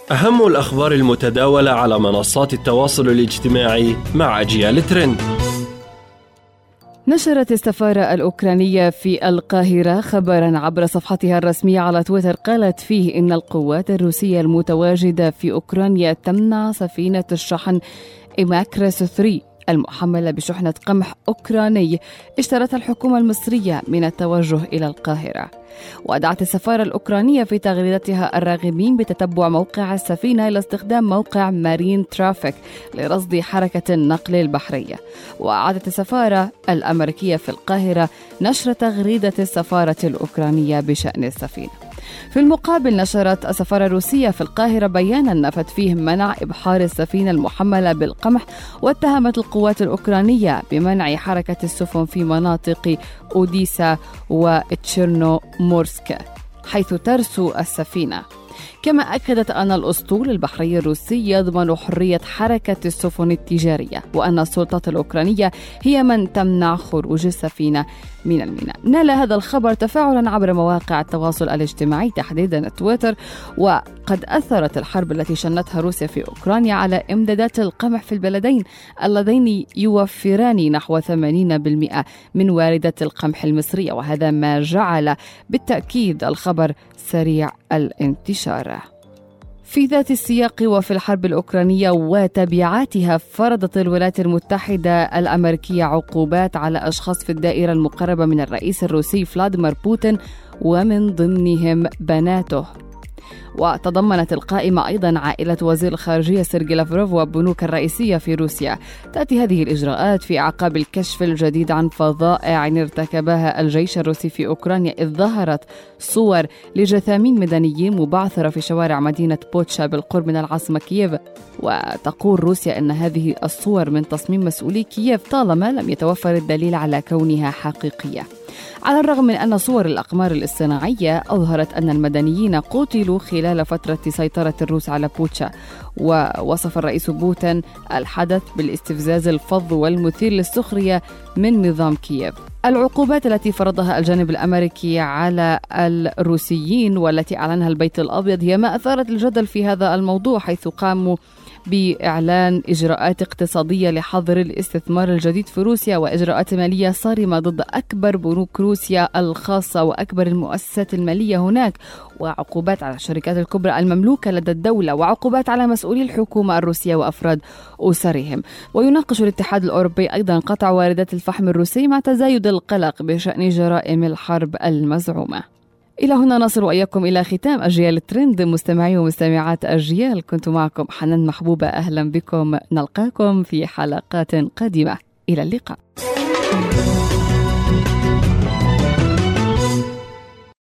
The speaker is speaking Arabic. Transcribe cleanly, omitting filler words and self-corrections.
أهم الأخبار المتداولة على منصات التواصل الاجتماعي مع أجيال ترند. نشرت السفارة الأوكرانية في القاهرة خبراً عبر صفحتها الرسمية على تويتر قالت فيه إن القوات الروسية المتواجدة في أوكرانيا تمنع سفينة الشحن إماكرس 3 المحملة بشحنة قمح أوكراني اشترتها الحكومة المصرية من التوجه إلى القاهرة. ودعت السفارة الأوكرانية في تغريدتها الراغبين بتتبع موقع السفينة إلى استخدام موقع مارين ترافيك لرصد حركة النقل البحرية. وأعادت السفارة الأمريكية في القاهرة نشر تغريدة السفارة الأوكرانية بشأن السفينة. في المقابل نشرت السفارة الروسية في القاهرة بيانا نفت فيه منع إبحار السفينة المحملة بالقمح، واتهمت القوات الأوكرانية بمنع حركة السفن في مناطق أوديسا وتشيرنومورسك حيث ترسو السفينة. كما أكدت أن الأسطول البحري الروسي يضمن حرية حركة السفن التجارية، وأن السلطات الأوكرانية هي من تمنع خروج السفينة من الميناء. نال هذا الخبر تفاعلا عبر مواقع التواصل الاجتماعي تحديدا تويتر، وقد أثرت الحرب التي شنتها روسيا في أوكرانيا على إمدادات القمح في البلدين اللذين يوفران نحو 80% من واردة القمح المصرية، وهذا ما جعل بالتأكيد الخبر سريع الانتشار. في ذات السياق وفي الحرب الأوكرانية وتبعاتها، فرضت الولايات المتحدة الأمريكية عقوبات على أشخاص في الدائرة المقربة من الرئيس الروسي فلاديمير بوتين ومن ضمنهم بناته. وتضمنت القائمة أيضا عائلة وزير الخارجية سيرجي لافروف وبنوك الرئيسية في روسيا. تأتي هذه الإجراءات في أعقاب الكشف الجديد عن فظائع ارتكبها الجيش الروسي في أوكرانيا، إذ ظهرت صور لجثامين مدنيين مبعثرة في شوارع مدينة بوتشا بالقرب من العاصمة كييف. وتقول روسيا أن هذه الصور من تصميم مسؤولي كييف طالما لم يتوفر الدليل على كونها حقيقية. على الرغم من أن صور الأقمار الاصطناعية أظهرت أن المدنيين قتلوا خلال فترة سيطرة الروس على بوتشا. ووصف الرئيس بوتين الحدث بالاستفزاز الفظ والمثير للسخرية من نظام كييف. العقوبات التي فرضها الجانب الأمريكي على الروسيين والتي أعلنها البيت الأبيض هي ما أثارت الجدل في هذا الموضوع، حيث قاموا بإعلان إجراءات اقتصادية لحظر الاستثمار الجديد في روسيا وإجراءات مالية صارمة ضد أكبر بنوك روسيا الخاصة وأكبر المؤسسات المالية هناك، وعقوبات على الشركات الكبرى المملوكة لدى الدولة، وعقوبات على مسؤولي الحكومة الروسية وأفراد أسرهم. ويناقش الاتحاد الأوروبي أيضا قطع واردات الفحم الروسي مع تزايد القلق بشأن جرائم الحرب المزعومة. إلى هنا نصل وإياكم إلى ختام أجيال ترند. مستمعي ومستمعات أجيال، كنت معكم حنان محبوبة، أهلا بكم، نلقاكم في حلقات قادمة، إلى اللقاء.